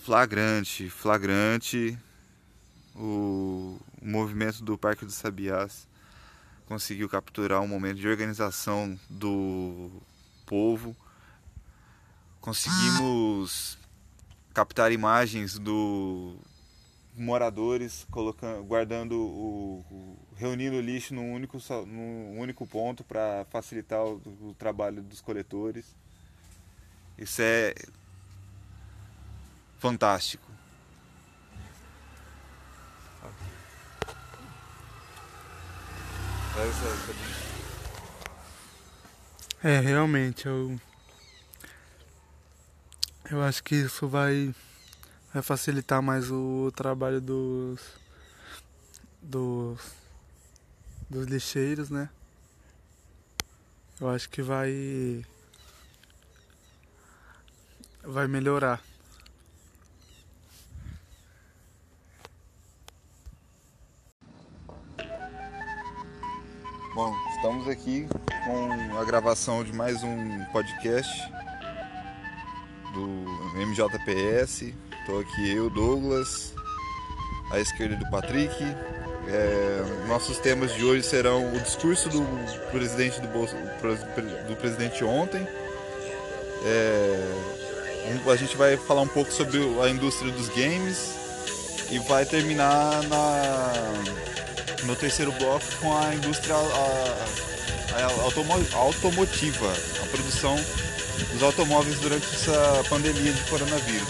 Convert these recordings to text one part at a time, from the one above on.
flagrante, o movimento do Parque dos Sabiás conseguiu capturar um momento de organização do povo. Conseguimos captar imagens dos moradores reunindo o lixo num único ponto para facilitar o trabalho dos coletores. Isso é fantástico. Realmente, eu acho que isso vai facilitar mais o trabalho dos, dos lixeiros, né? Eu acho que vai melhorar. Bom, estamos aqui com a gravação de mais um podcast do MJPS. Estou aqui eu, Douglas, à esquerda do Patrick. Nossos temas de hoje serão o discurso do presidente ontem. A gente vai falar um pouco sobre a indústria dos games e vai terminar no terceiro bloco com a indústria automotiva, a produção dos automóveis durante essa pandemia de coronavírus.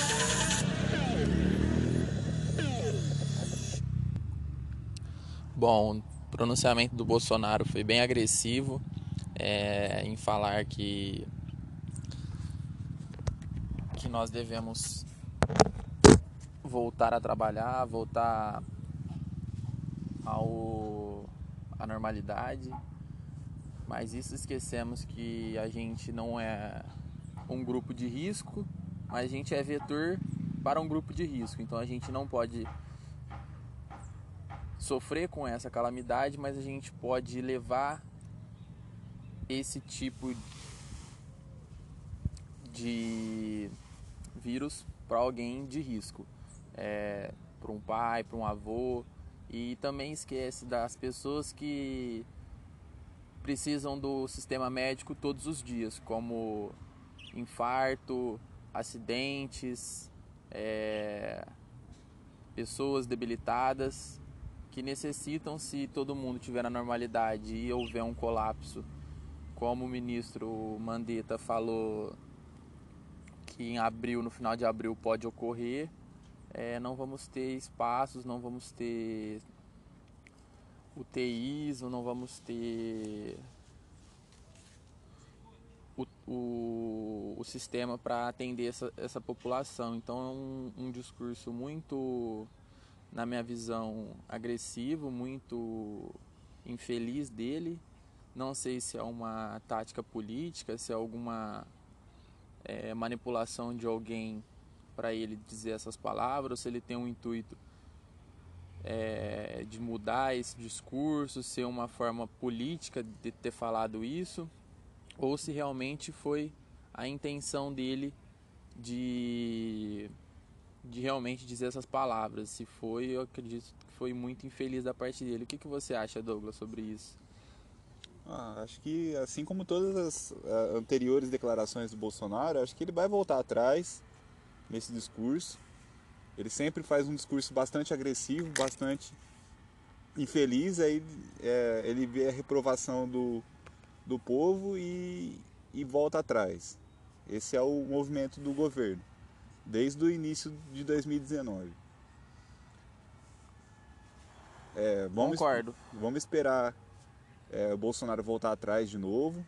Bom, o pronunciamento do Bolsonaro foi bem agressivo em falar que nós devemos voltar a trabalhar, voltar à normalidade, mas isso esquecemos que a gente não é um grupo de risco, mas a gente é vetor para um grupo de risco, então a gente não pode sofrer com essa calamidade, mas a gente pode levar esse tipo de vírus para alguém de risco, para um pai, para um avô, e também esquece das pessoas que precisam do sistema médico todos os dias, como infarto, acidentes, pessoas debilitadas que necessitam, se todo mundo tiver na normalidade e houver um colapso, como o ministro Mandetta falou que em abril, no final de abril pode ocorrer, não vamos ter espaços, não vamos ter UTIs, não vamos ter o sistema para atender essa população. Então é um discurso muito, na minha visão, agressivo, muito infeliz dele. Não sei se é uma tática política, se é alguma manipulação de alguém para ele dizer essas palavras, ou se ele tem um intuito de mudar esse discurso, ser uma forma política de ter falado isso, ou se realmente foi a intenção dele de realmente dizer essas palavras. Se foi, eu acredito que foi muito infeliz da parte dele. O que você acha, Douglas, sobre isso? Acho que, assim como todas as anteriores declarações do Bolsonaro, acho que ele vai voltar atrás nesse discurso. Ele sempre faz um discurso bastante agressivo, bastante infeliz, aí ele vê a reprovação do povo e volta atrás. Esse é o movimento do governo, desde o início de 2019. Concordo. Vamos esperar o Bolsonaro voltar atrás de novo.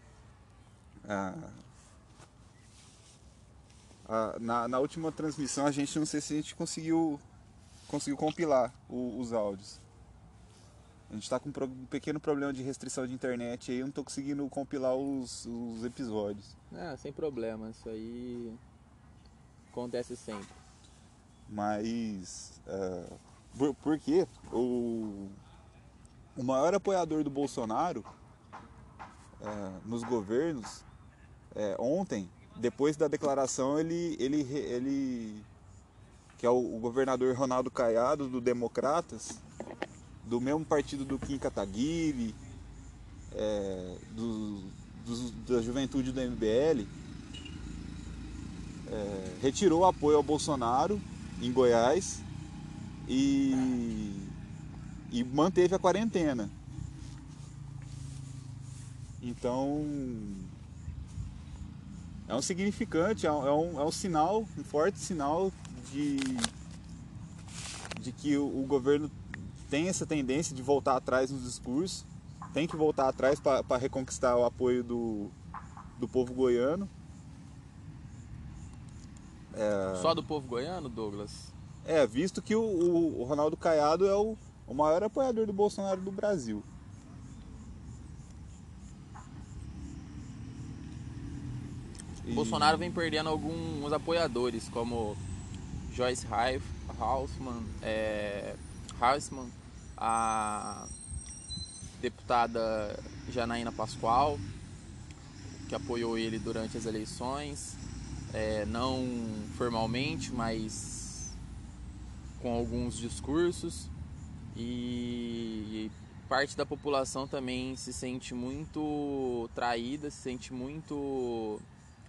Na última transmissão, a gente não sei se a gente conseguiu compilar os áudios. A gente está com um pequeno problema de restrição de internet aí, eu não estou conseguindo compilar os episódios. Sem problema, isso aí acontece sempre. Mas porque o maior apoiador do Bolsonaro nos governos, ontem, depois da declaração, ele que é o governador Ronaldo Caiado, do Democratas, do mesmo partido do Kim Kataguiri, da juventude do MBL, retirou o apoio ao Bolsonaro em Goiás e manteve a quarentena. Então é um significante, é um sinal, um forte sinal de que o governo tem essa tendência de voltar atrás nos discursos, tem que voltar atrás para reconquistar o apoio do povo goiano. Só do povo goiano, Douglas? Visto que o Ronaldo Caiado é o maior apoiador do Bolsonaro do Brasil. Bolsonaro vem perdendo alguns apoiadores, como Joyce Hausmann, a deputada Janaína Pascoal, que apoiou ele durante as eleições, não formalmente, mas com alguns discursos, e parte da população também se sente muito traída, se sente muito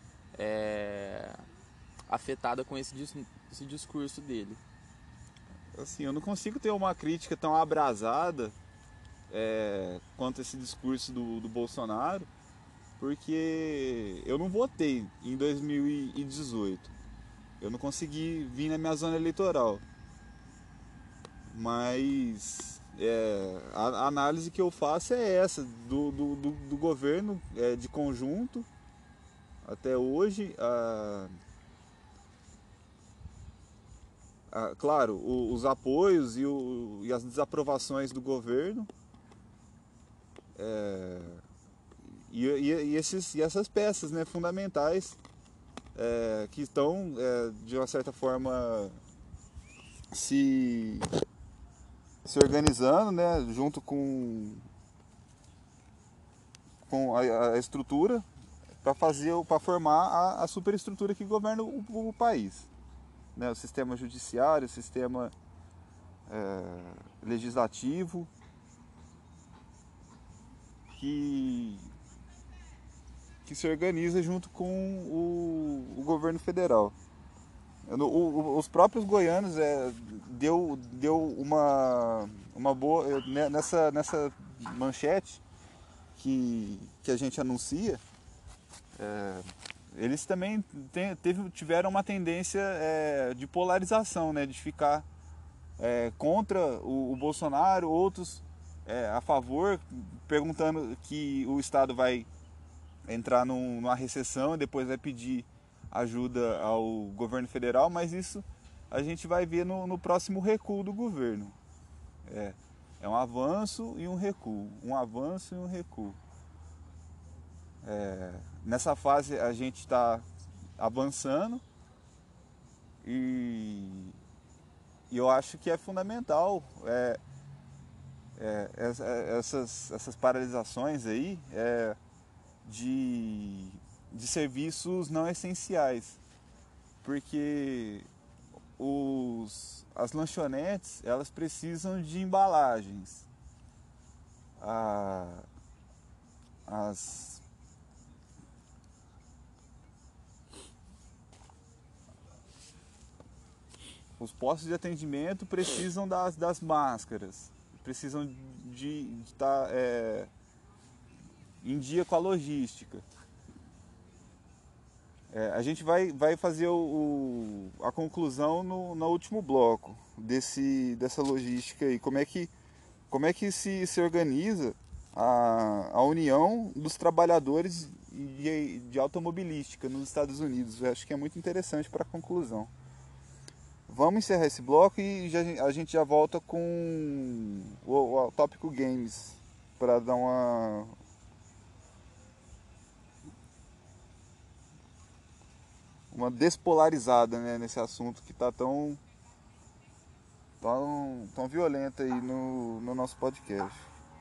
afetada com esse discurso dele. Assim, eu não consigo ter uma crítica tão abrasada quanto esse discurso do Bolsonaro, porque eu não votei em 2018. Eu não consegui vir na minha zona eleitoral. Mas a análise que eu faço é essa, do governo de conjunto até hoje. Claro, os apoios e as desaprovações do governo e essas peças, né, fundamentais que estão, de uma certa forma, se organizando, né, junto com a estrutura para formar a superestrutura que governa o país, né, o sistema judiciário, o sistema legislativo, que se organiza junto com o governo federal. Os próprios goianos deu uma boa nessa manchete que a gente anuncia. Eles também tiveram uma tendência de polarização, né, de ficar contra o Bolsonaro, outros a favor, perguntando que o Estado vai entrar numa recessão e depois vai pedir ajuda ao governo federal, mas isso a gente vai ver no próximo recuo do governo. É um avanço e um recuo, um avanço e um recuo. Nessa fase a gente está avançando e eu acho que é fundamental essas paralisações aí de serviços não essenciais, porque as lanchonetes elas precisam de embalagens, os postos de atendimento precisam das máscaras, precisam de estar em dia com a logística. A gente vai fazer a conclusão no último bloco dessa logística aí. Como é que se organiza a união dos trabalhadores de automobilística nos Estados Unidos. Eu acho que é muito interessante para a conclusão. Vamos encerrar esse bloco e a gente já volta com o tópico games para dar uma despolarizada, né, nesse assunto que está tão violento aí no nosso podcast.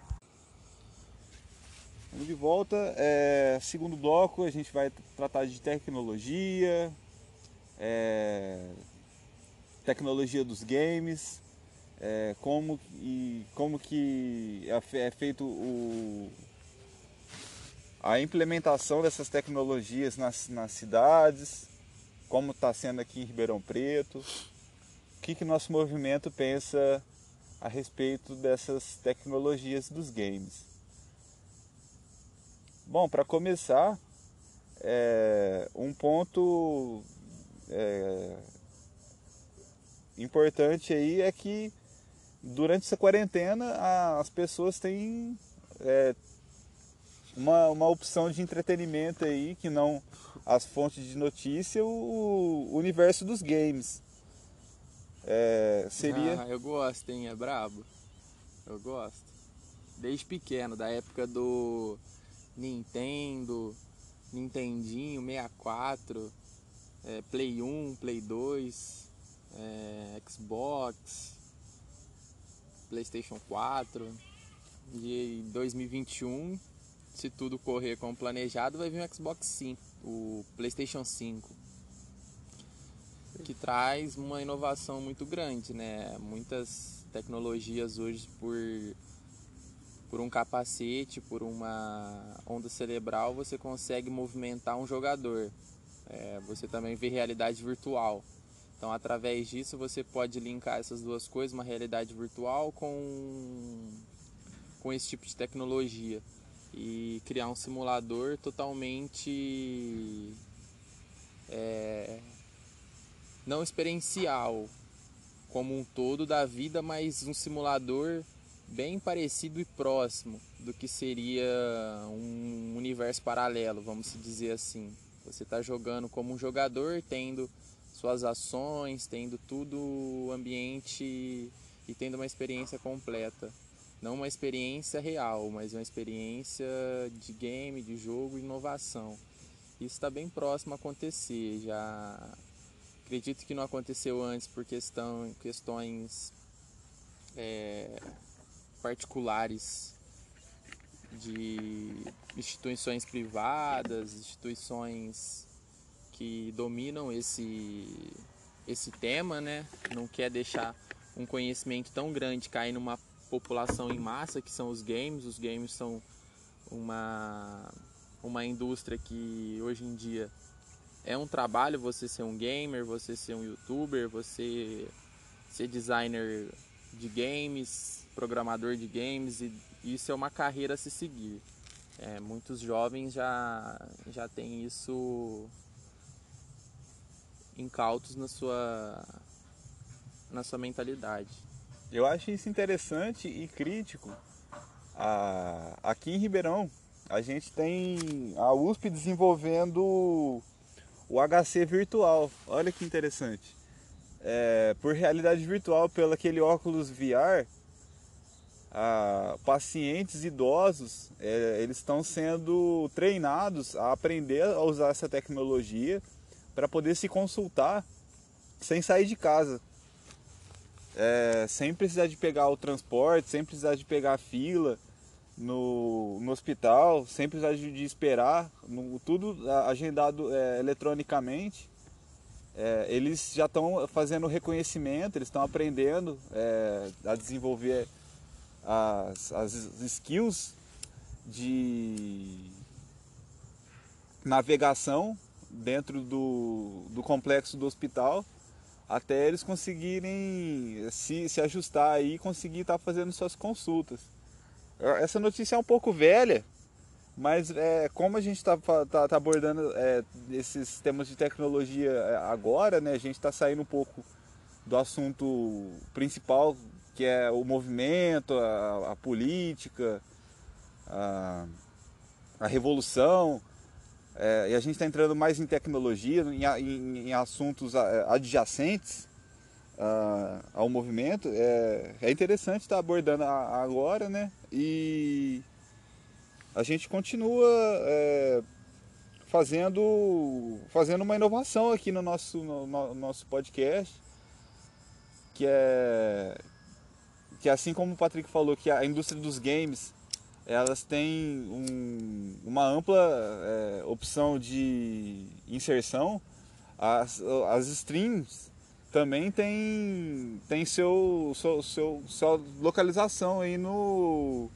Vamos de volta. Segundo bloco, a gente vai tratar de tecnologia, tecnologia dos games, como que é feito a implementação dessas tecnologias nas cidades, como está sendo aqui em Ribeirão Preto, o que nosso movimento pensa a respeito dessas tecnologias dos games. Bom, para começar, um ponto importante aí é que durante essa quarentena as pessoas têm uma opção de entretenimento aí, que não as fontes de notícia, o universo dos games. Seria... eu gosto, hein? É brabo. Eu gosto. Desde pequeno, da época do Nintendo, Nintendinho 64, Play 1, Play 2, Xbox, PlayStation 4. De 2021, se tudo correr como planejado, vai vir o Xbox 5, o PlayStation 5, que traz uma inovação muito grande, né? Muitas tecnologias hoje por um capacete, por uma onda cerebral, você consegue movimentar um jogador. Você também vê realidade virtual. Então, através disso, você pode linkar essas duas coisas, uma realidade virtual com esse tipo de tecnologia, e criar um simulador totalmente não experiencial como um todo da vida, mas um simulador bem parecido e próximo do que seria um universo paralelo, vamos dizer assim. Você está jogando como um jogador, tendo suas ações, tendo tudo o ambiente e tendo uma experiência completa. Não uma experiência real, mas uma experiência de game, de jogo, inovação. Isso está bem próximo a acontecer. Já acredito que não aconteceu antes por questões particulares de instituições privadas, instituições que dominam esse tema, né? Não quer deixar um conhecimento tão grande cair numa população em massa, que são os games. Os games são uma indústria que hoje em dia é um trabalho, você ser um gamer, você ser um youtuber, você ser designer de games, programador de games, e isso é uma carreira a se seguir. Muitos jovens já têm isso incautos na sua mentalidade. Eu acho isso interessante e crítico. Aqui em Ribeirão, a gente tem a USP desenvolvendo o HC virtual. Olha que interessante. Por realidade virtual, pelo aquele óculos VR, pacientes idosos eles estão sendo treinados a aprender a usar essa tecnologia para poder se consultar sem sair de casa. Sem precisar de pegar o transporte, sem precisar de pegar a fila no hospital, sem precisar de esperar, tudo agendado eletronicamente. Eles já estão fazendo reconhecimento, eles estão aprendendo a desenvolver as skills de navegação dentro do complexo do hospital, até eles conseguirem se ajustar aí e conseguir estar fazendo suas consultas. Essa notícia é um pouco velha, mas como a gente está abordando esses temas de tecnologia agora, né, a gente está saindo um pouco do assunto principal, que é o movimento, a política, a revolução. E a gente está entrando mais em tecnologia, em assuntos adjacentes ao movimento. É interessante estar abordando agora, né? E a gente continua fazendo uma inovação aqui no nosso podcast, que assim como o Patrick falou, que a indústria dos games, elas têm uma ampla opção de inserção. As streams também tem sua localização aí no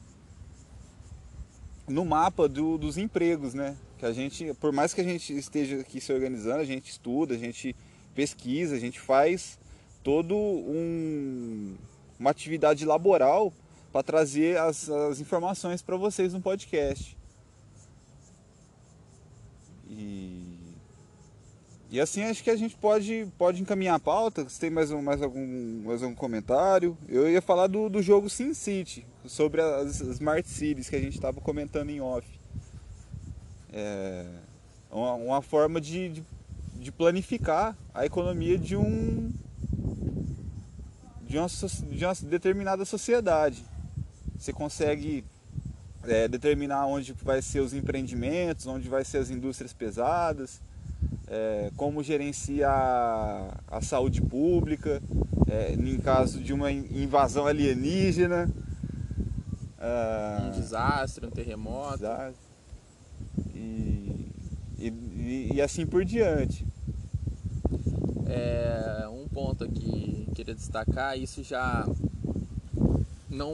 mapa dos empregos, né? Que a gente, por mais que a gente esteja aqui se organizando, a gente estuda, a gente pesquisa, a gente faz todo uma atividade laboral para trazer as informações para vocês no podcast. E assim acho que a gente pode encaminhar a pauta. Se tem mais algum comentário. Eu ia falar do jogo SimCity, sobre as Smart Cities que a gente estava comentando em off. É uma forma de planificar a economia de uma determinada sociedade. Você consegue determinar onde vai ser os empreendimentos, onde vai ser as indústrias pesadas, como gerenciar a saúde pública, em caso de uma invasão alienígena. Um desastre, um terremoto. E assim por diante. Um ponto aqui que queria destacar, isso já não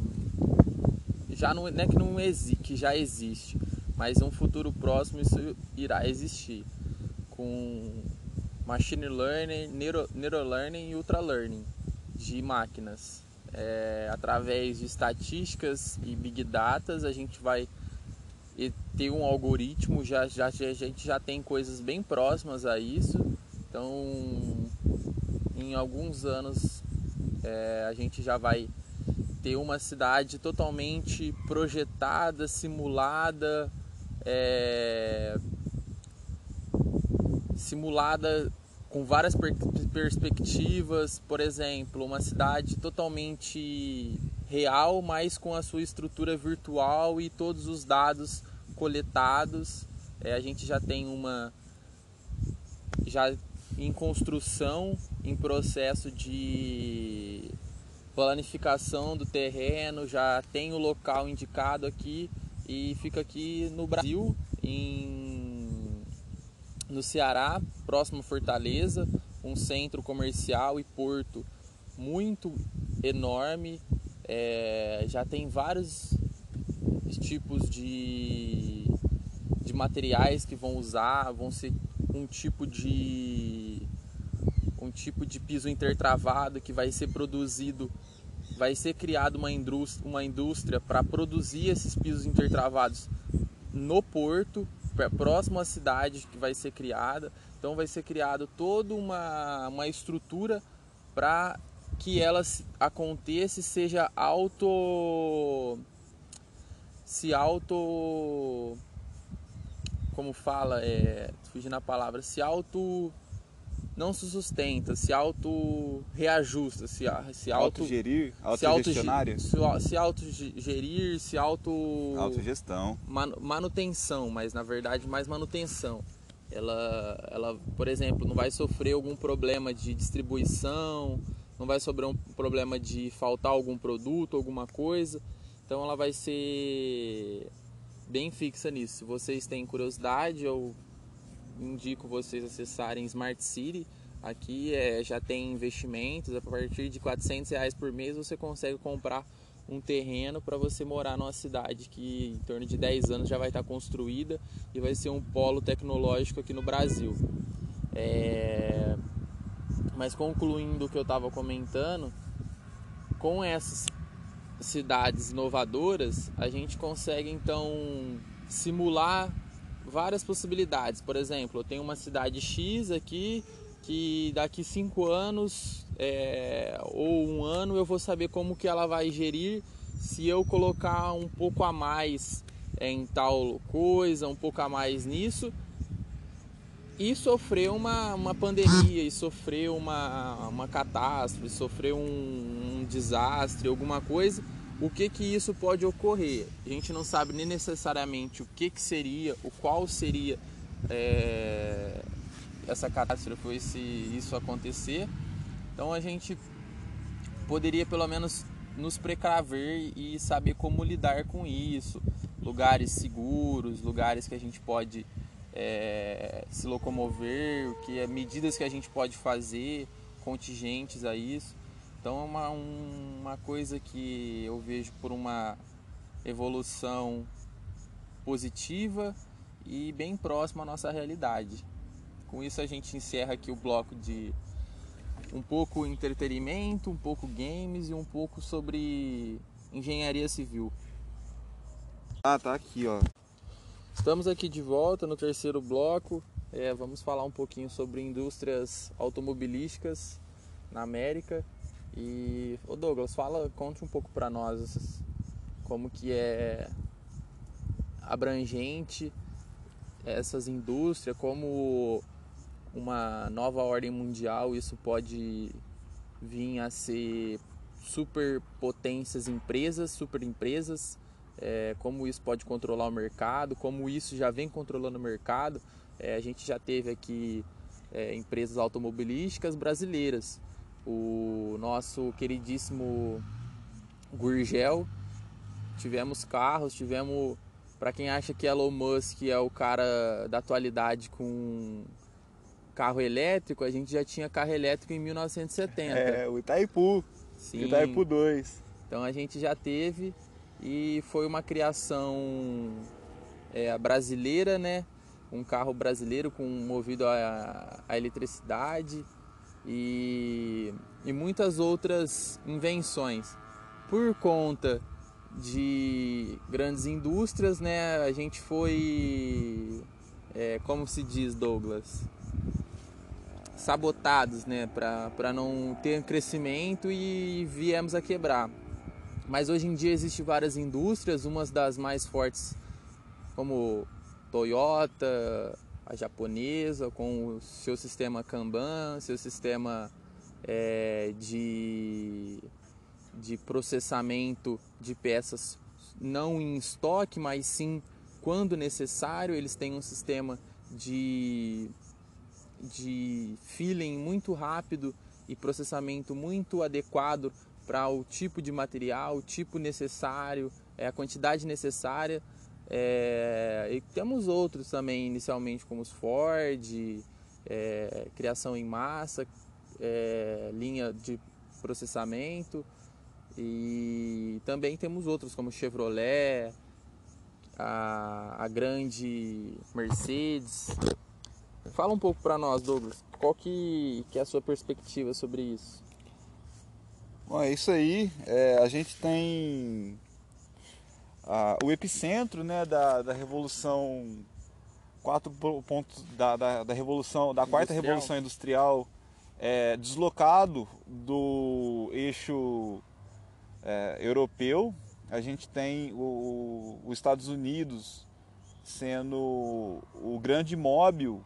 é que não existe, que já existe, mas em um futuro próximo isso irá existir, com machine learning, neurolearning e ultralearning de máquinas. Através de estatísticas e big data a gente vai ter um algoritmo, a gente já tem coisas bem próximas a isso. Então em alguns anos a gente já vai ter uma cidade totalmente projetada, simulada com várias perspectivas. Por exemplo, uma cidade totalmente real, mas com a sua estrutura virtual e todos os dados coletados. A gente já tem já em construção, em processo de planificação do terreno, já tem o local indicado aqui, e fica aqui no Brasil, no Ceará, próximo a Fortaleza, um centro comercial e porto muito enorme. Já tem vários tipos de materiais que vão ser um tipo de piso intertravado que vai ser produzido, vai ser criada uma indústria para produzir esses pisos intertravados no porto, próximo à cidade que vai ser criada. Então vai ser criada toda uma estrutura para que ela aconteça e seja como fala, fugindo a palavra, não se sustenta, se auto-reajusta, se autogerir, autogestionária, se autogerir, autogestão, manutenção, mas na verdade mais manutenção. Ela, por exemplo, não vai sofrer algum problema de distribuição, não vai sofrer um problema de faltar algum produto, alguma coisa. Então ela vai ser bem fixa nisso. Se vocês têm curiosidade, eu indico vocês acessarem Smart City. Aqui já tem investimentos. A partir de R$400 por mês você consegue comprar um terreno para você morar numa cidade que em torno de 10 anos já vai estar construída e vai ser um polo tecnológico aqui no Brasil. Mas concluindo o que eu estava comentando, com essas cidades inovadoras a gente consegue então simular várias possibilidades. Por exemplo, eu tenho uma cidade X aqui que daqui 5 anos ou 1 ano eu vou saber como que ela vai gerir se eu colocar um pouco a mais em tal coisa, um pouco a mais nisso, e sofreu uma pandemia, e sofreu uma catástrofe, sofreu um desastre, alguma coisa. O que isso pode ocorrer? A gente não sabe nem necessariamente o que seria, qual seria essa catástrofe ou se isso acontecer. Então a gente poderia pelo menos nos precaver e saber como lidar com isso. Lugares seguros, lugares que a gente pode se locomover, medidas que a gente pode fazer, contingentes a isso. Então é uma coisa que eu vejo por uma evolução positiva e bem próxima à nossa realidade. Com isso a gente encerra aqui o bloco de um pouco entretenimento, um pouco games e um pouco sobre engenharia civil. Tá aqui, ó. Estamos aqui de volta no terceiro bloco. Vamos falar um pouquinho sobre indústrias automobilísticas na América. E, Douglas, conte um pouco para nós como que é abrangente essas indústrias, como uma nova ordem mundial isso pode vir a ser superpotências super empresas, como isso pode controlar o mercado, como isso já vem controlando o mercado. A gente já teve aqui empresas automobilísticas brasileiras, o nosso queridíssimo Gurgel, tivemos carros, para quem acha que Elon Musk é o cara da atualidade com carro elétrico, a gente já tinha carro elétrico em 1970. O Itaipu. Sim. Itaipu 2. Então a gente já teve e foi uma criação brasileira, né? Um carro brasileiro movido a eletricidade e muitas outras invenções. Por conta de grandes indústrias, né? A gente foi, como se diz, Douglas, sabotados, né? Para não ter crescimento e viemos a quebrar. Mas hoje em dia existem várias indústrias, umas das mais fortes como Toyota, a japonesa, com o seu sistema Kanban, seu sistema de processamento de peças não em estoque, mas sim quando necessário. Eles têm um sistema de filling muito rápido e processamento muito adequado para o tipo de material, o tipo necessário, a quantidade necessária. E temos outros também, inicialmente, como os Ford, criação em massa, linha de processamento. E também temos outros como Chevrolet, a grande Mercedes. Fala um pouco para nós, Douglas, qual que é a sua perspectiva sobre isso? Bom, é isso aí. A gente tem o epicentro, né, da revolução 4 pontos da revolução, da quarta revolução industrial, deslocado do eixo europeu. A gente tem os Estados Unidos sendo o grande móvel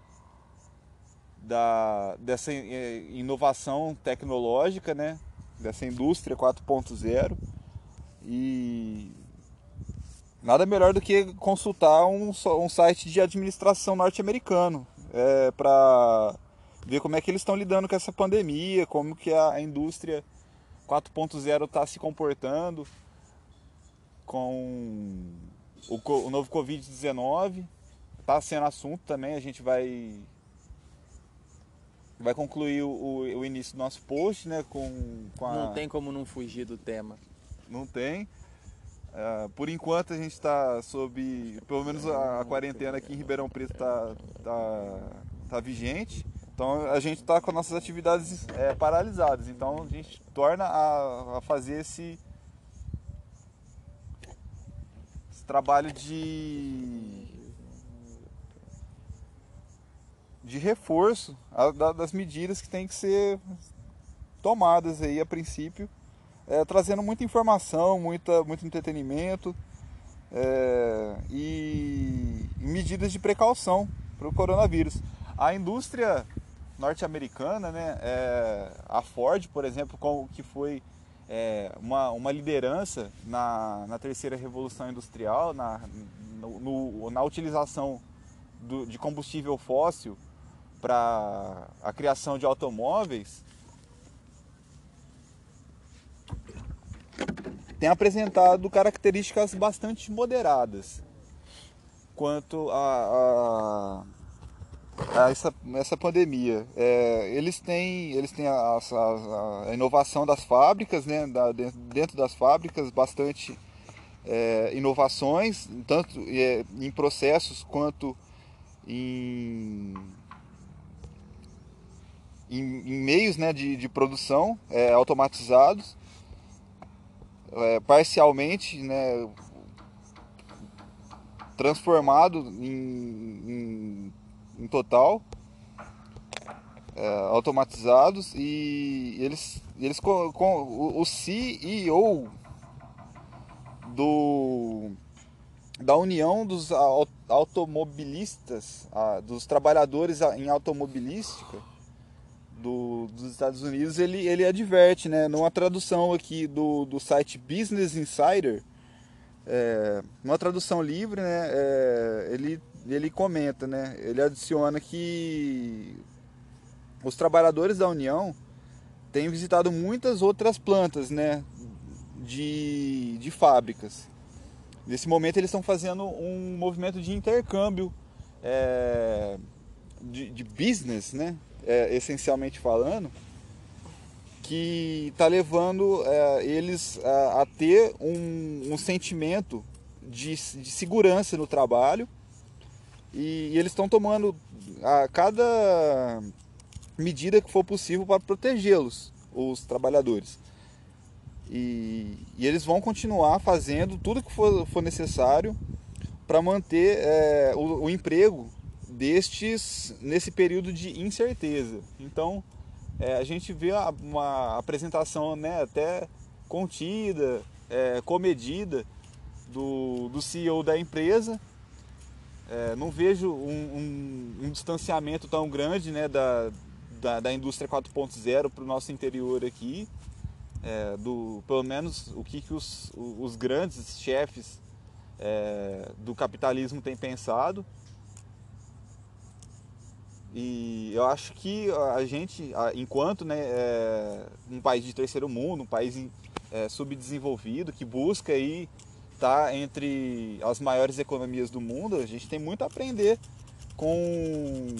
dessa inovação tecnológica, né, dessa indústria 4.0, e nada melhor do que consultar um site de administração norte-americano para ver como é que eles estão lidando com essa pandemia, como que a indústria 4.0 está se comportando com o novo Covid-19. Está sendo assunto também, a gente vai concluir o início do nosso post, né, Não tem como não fugir do tema. Não tem. Por enquanto a gente está pelo menos a quarentena aqui em Ribeirão Preto tá vigente. Então a gente está com nossas atividades paralisadas. Então a gente torna a fazer esse trabalho de reforço das medidas que têm que ser tomadas aí a princípio, trazendo muita informação, muito entretenimento e medidas de precaução para o coronavírus. A indústria norte-americana, né, a Ford, por exemplo, que foi uma liderança na terceira revolução industrial, na utilização de combustível fóssil para a criação de automóveis, tem apresentado características bastante moderadas quanto essa pandemia. Eles têm a inovação das fábricas, né? Dentro das fábricas, bastante inovações, tanto em processos quanto em meios, né, de produção automatizados, parcialmente, né, transformado em total, automatizados, e eles com o CEO da União dos Automobilistas, dos trabalhadores em automobilística dos Estados Unidos, ele adverte, né, numa tradução aqui do site Business Insider, uma tradução livre, né, ele comenta, né, ele adiciona que os trabalhadores da União têm visitado muitas outras plantas, né, de fábricas. Nesse momento eles estão fazendo um movimento de intercâmbio de business, né, essencialmente falando, que está levando eles a ter um sentimento de segurança no trabalho, e eles estão tomando a cada medida que for possível para protegê-los, os trabalhadores. E eles vão continuar fazendo tudo que for necessário para manter o emprego destes nesse período de incerteza. Então, a gente vê uma apresentação, né, até contida, comedida do CEO da empresa. Não vejo um distanciamento tão grande, né, da indústria 4.0 para o nosso interior aqui. Pelo menos o que os grandes chefes do capitalismo têm pensado. E eu acho que a gente, enquanto, né, um país de terceiro mundo, um país subdesenvolvido, que busca aí estar entre as maiores economias do mundo, a gente tem muito a aprender com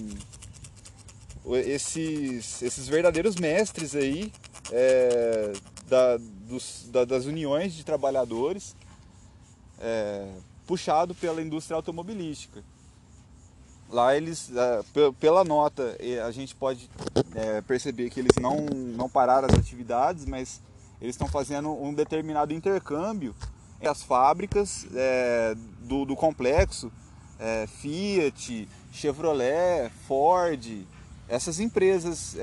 esses verdadeiros mestres aí, das uniões de trabalhadores, puxado pela indústria automobilística. Lá eles, pela nota, a gente pode perceber que eles não pararam as atividades, mas eles estão fazendo um determinado intercâmbio entre as fábricas do complexo, Fiat, Chevrolet, Ford, essas empresas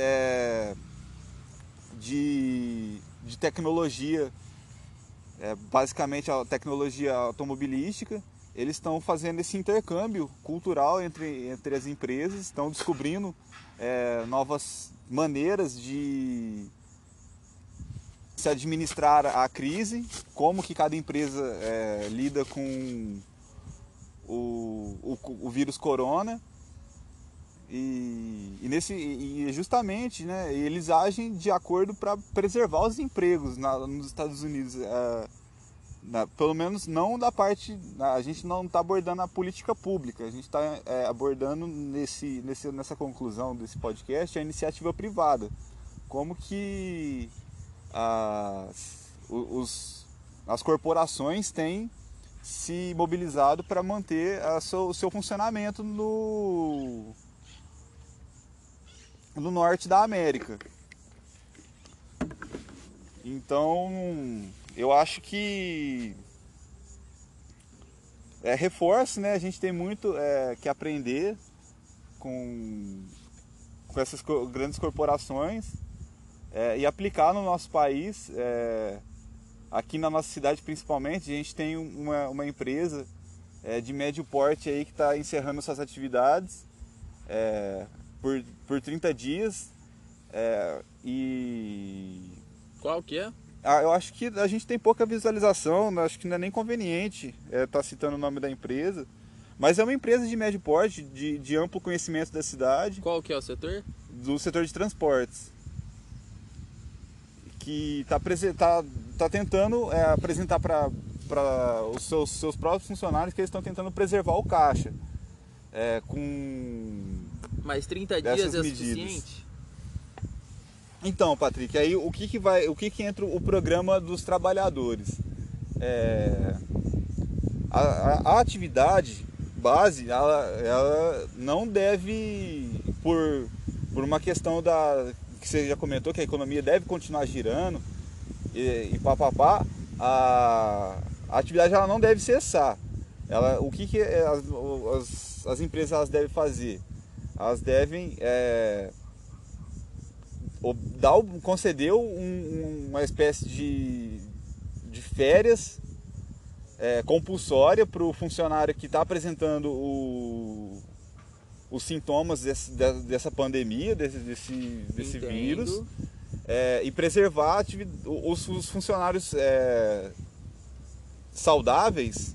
de tecnologia, basicamente a tecnologia automobilística. Eles estão fazendo esse intercâmbio cultural entre as empresas, estão descobrindo novas maneiras de se administrar a crise, como que cada empresa lida com o vírus corona. E justamente, né, eles agem de acordo para preservar os empregos nos Estados Unidos. Pelo menos não da parte, a gente não está abordando a política pública, a gente está abordando nessa conclusão desse podcast a iniciativa privada, como que as corporações têm se mobilizado para manter o seu funcionamento no norte da América. Então, eu acho que reforço, né? A gente tem muito que aprender com essas grandes corporações e aplicar no nosso país. Aqui na nossa cidade, principalmente, a gente tem uma empresa de médio porte aí que está encerrando suas atividades por 30 dias. Qual que é? Eu acho que a gente tem pouca visualização, acho que não é nem conveniente estar citando o nome da empresa, mas é uma empresa de médio porte, de amplo conhecimento da cidade. Qual que é o setor? Do setor de transportes, que tá tentando apresentar para os seus próprios funcionários que eles estão tentando preservar o caixa, com Mas 30 dias dessas é medidas. suficiente? Então, Patrick, aí o que entra o programa dos trabalhadores? A atividade base, ela não deve, por uma questão que você já comentou, que a economia deve continuar girando e papapá, a atividade ela não deve cessar. O que as empresas elas devem fazer? Elas devem conceder uma espécie de férias compulsória para o funcionário que está apresentando os sintomas dessa pandemia, desse vírus, e preservar os funcionários saudáveis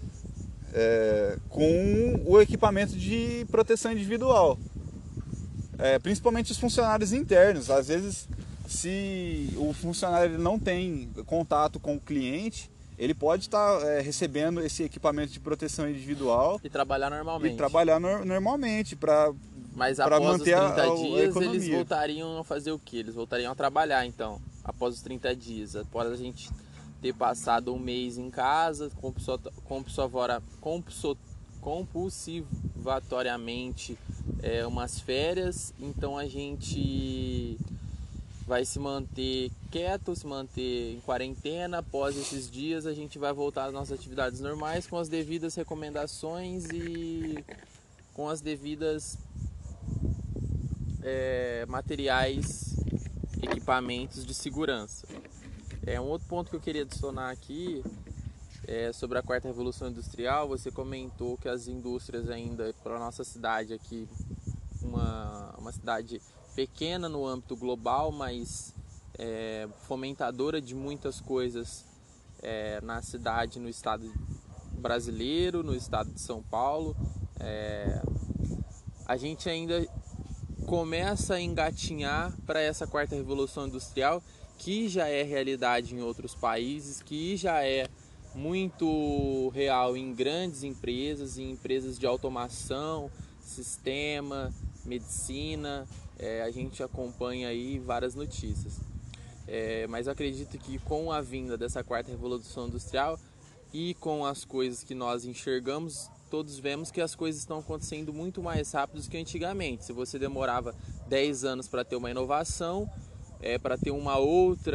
com o equipamento de proteção individual. Principalmente os funcionários internos. Às vezes, se o funcionário não tem contato com o cliente, ele pode estar recebendo esse equipamento de proteção individual e trabalhar normalmente para Mas após manter os 30 a dias, economia. eles voltariam a fazer o quê? Eles voltariam a trabalhar, então, após os 30 dias. Após a gente ter passado um mês em casa, compulsivatoriamente umas férias, então a gente vai se manter quieto, se manter em quarentena. Após esses dias a gente vai voltar às nossas atividades normais com as devidas recomendações e com as devidas materiais, equipamentos de segurança. Um outro ponto que eu queria adicionar aqui sobre a quarta revolução industrial. Você comentou que as indústrias ainda, para a nossa cidade aqui, uma cidade pequena no âmbito global, mas fomentadora de muitas coisas na cidade, no estado brasileiro, no estado de São Paulo. A gente ainda começa a engatinhar para essa quarta revolução industrial, que já é realidade em outros países, que já é muito real em grandes empresas, em empresas de automação, sistema, medicina. A gente acompanha aí várias notícias. Mas acredito que com a vinda dessa quarta revolução industrial e com as coisas que nós enxergamos, todos vemos que as coisas estão acontecendo muito mais rápido do que antigamente. Se você demorava 10 anos para ter uma inovação, para ter uma outra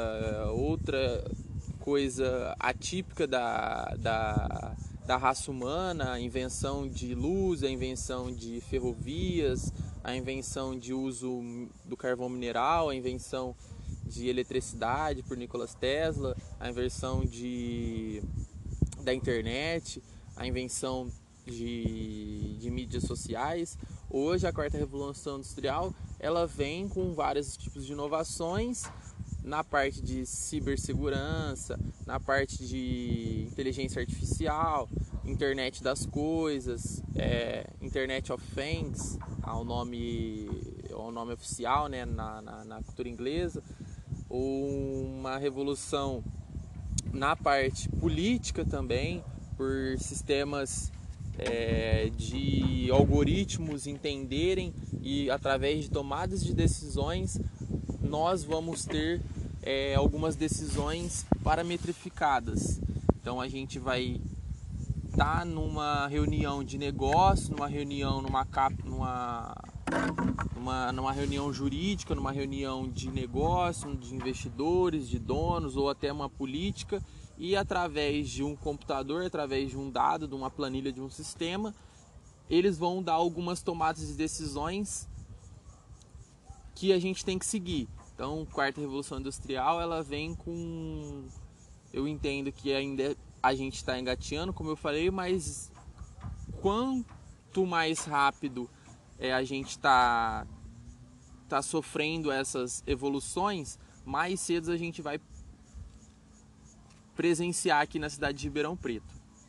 coisa atípica da raça humana, a invenção de luz, a invenção de ferrovias, a invenção de uso do carvão mineral, a invenção de eletricidade por Nikola Tesla, a invenção da internet, a invenção de mídias sociais. Hoje a quarta revolução industrial ela vem com vários tipos de inovações na parte de cibersegurança, na parte de inteligência artificial, internet das coisas, Internet of Things, o nome oficial, né, na cultura inglesa. Uma revolução na parte política também, por sistemas de algoritmos entenderem e através de tomadas de decisões nós vamos ter algumas decisões parametrificadas. Então a gente vai estar numa reunião de negócio, numa reunião numa reunião jurídica, numa reunião de negócio, de investidores, de donos ou até uma política, e através de um computador, através de um dado, de uma planilha, de um sistema, eles vão dar algumas tomadas de decisões que a gente tem que seguir. Então, a quarta revolução industrial, ela vem com... Eu entendo que ainda a gente está engateando, como eu falei, mas quanto mais rápido a gente está sofrendo essas evoluções, mais cedo a gente vai presenciar aqui na cidade de Ribeirão Preto.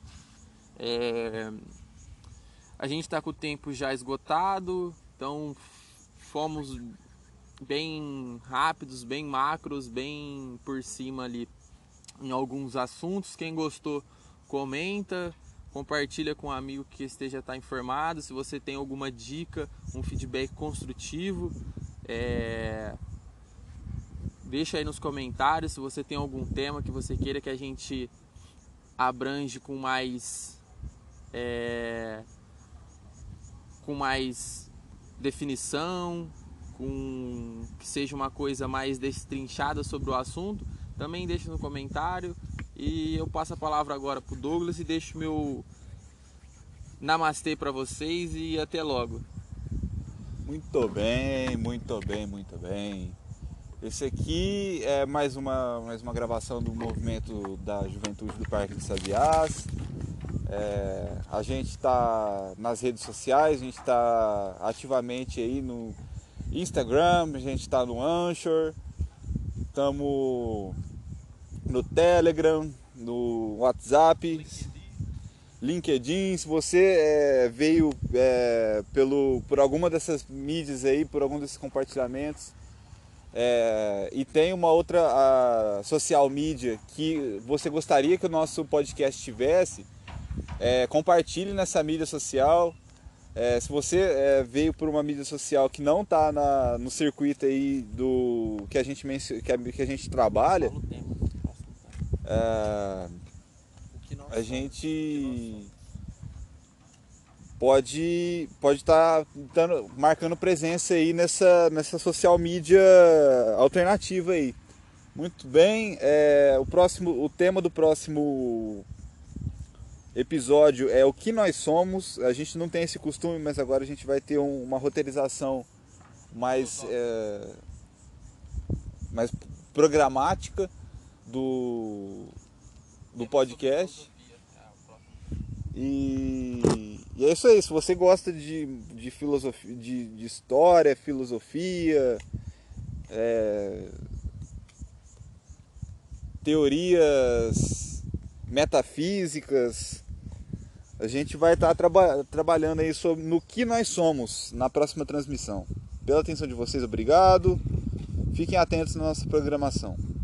A gente está com o tempo já esgotado, então fomos bem rápidos, bem macros, bem por cima ali em alguns assuntos. Quem gostou, comenta, compartilha com um amigo que esteja informado. Se você tem alguma dica, um feedback construtivo, deixa aí nos comentários. Se você tem algum tema que você queira que a gente abrange com mais definição, que seja uma coisa mais destrinchada sobre o assunto, também deixa no comentário. E eu passo a palavra agora pro Douglas e deixo meu namastê para vocês e até logo. Muito bem, muito bem, muito bem. Esse aqui é mais uma gravação do movimento da juventude do Parque de Sabiás. A gente está nas redes sociais, a gente está ativamente aí no Instagram, a gente está no Anchor, estamos no Telegram, no WhatsApp, LinkedIn. Se você veio por alguma dessas mídias aí, por algum desses compartilhamentos, e tem uma outra social media que você gostaria que o nosso podcast tivesse, compartilhe nessa mídia social. Se você veio por uma mídia social que não está no circuito aí do que a gente trabalha, a gente pode estar marcando presença aí nessa social media alternativa aí. Muito bem, o tema do próximo episódio é o que nós somos. A gente não tem esse costume, mas agora a gente vai ter uma roteirização mais programática do podcast. E é isso aí. Se você gosta de filosofia, de história, filosofia, teorias metafísicas, a gente vai estar trabalhando aí no que nós somos na próxima transmissão. Pela atenção de vocês, obrigado. Fiquem atentos na nossa programação.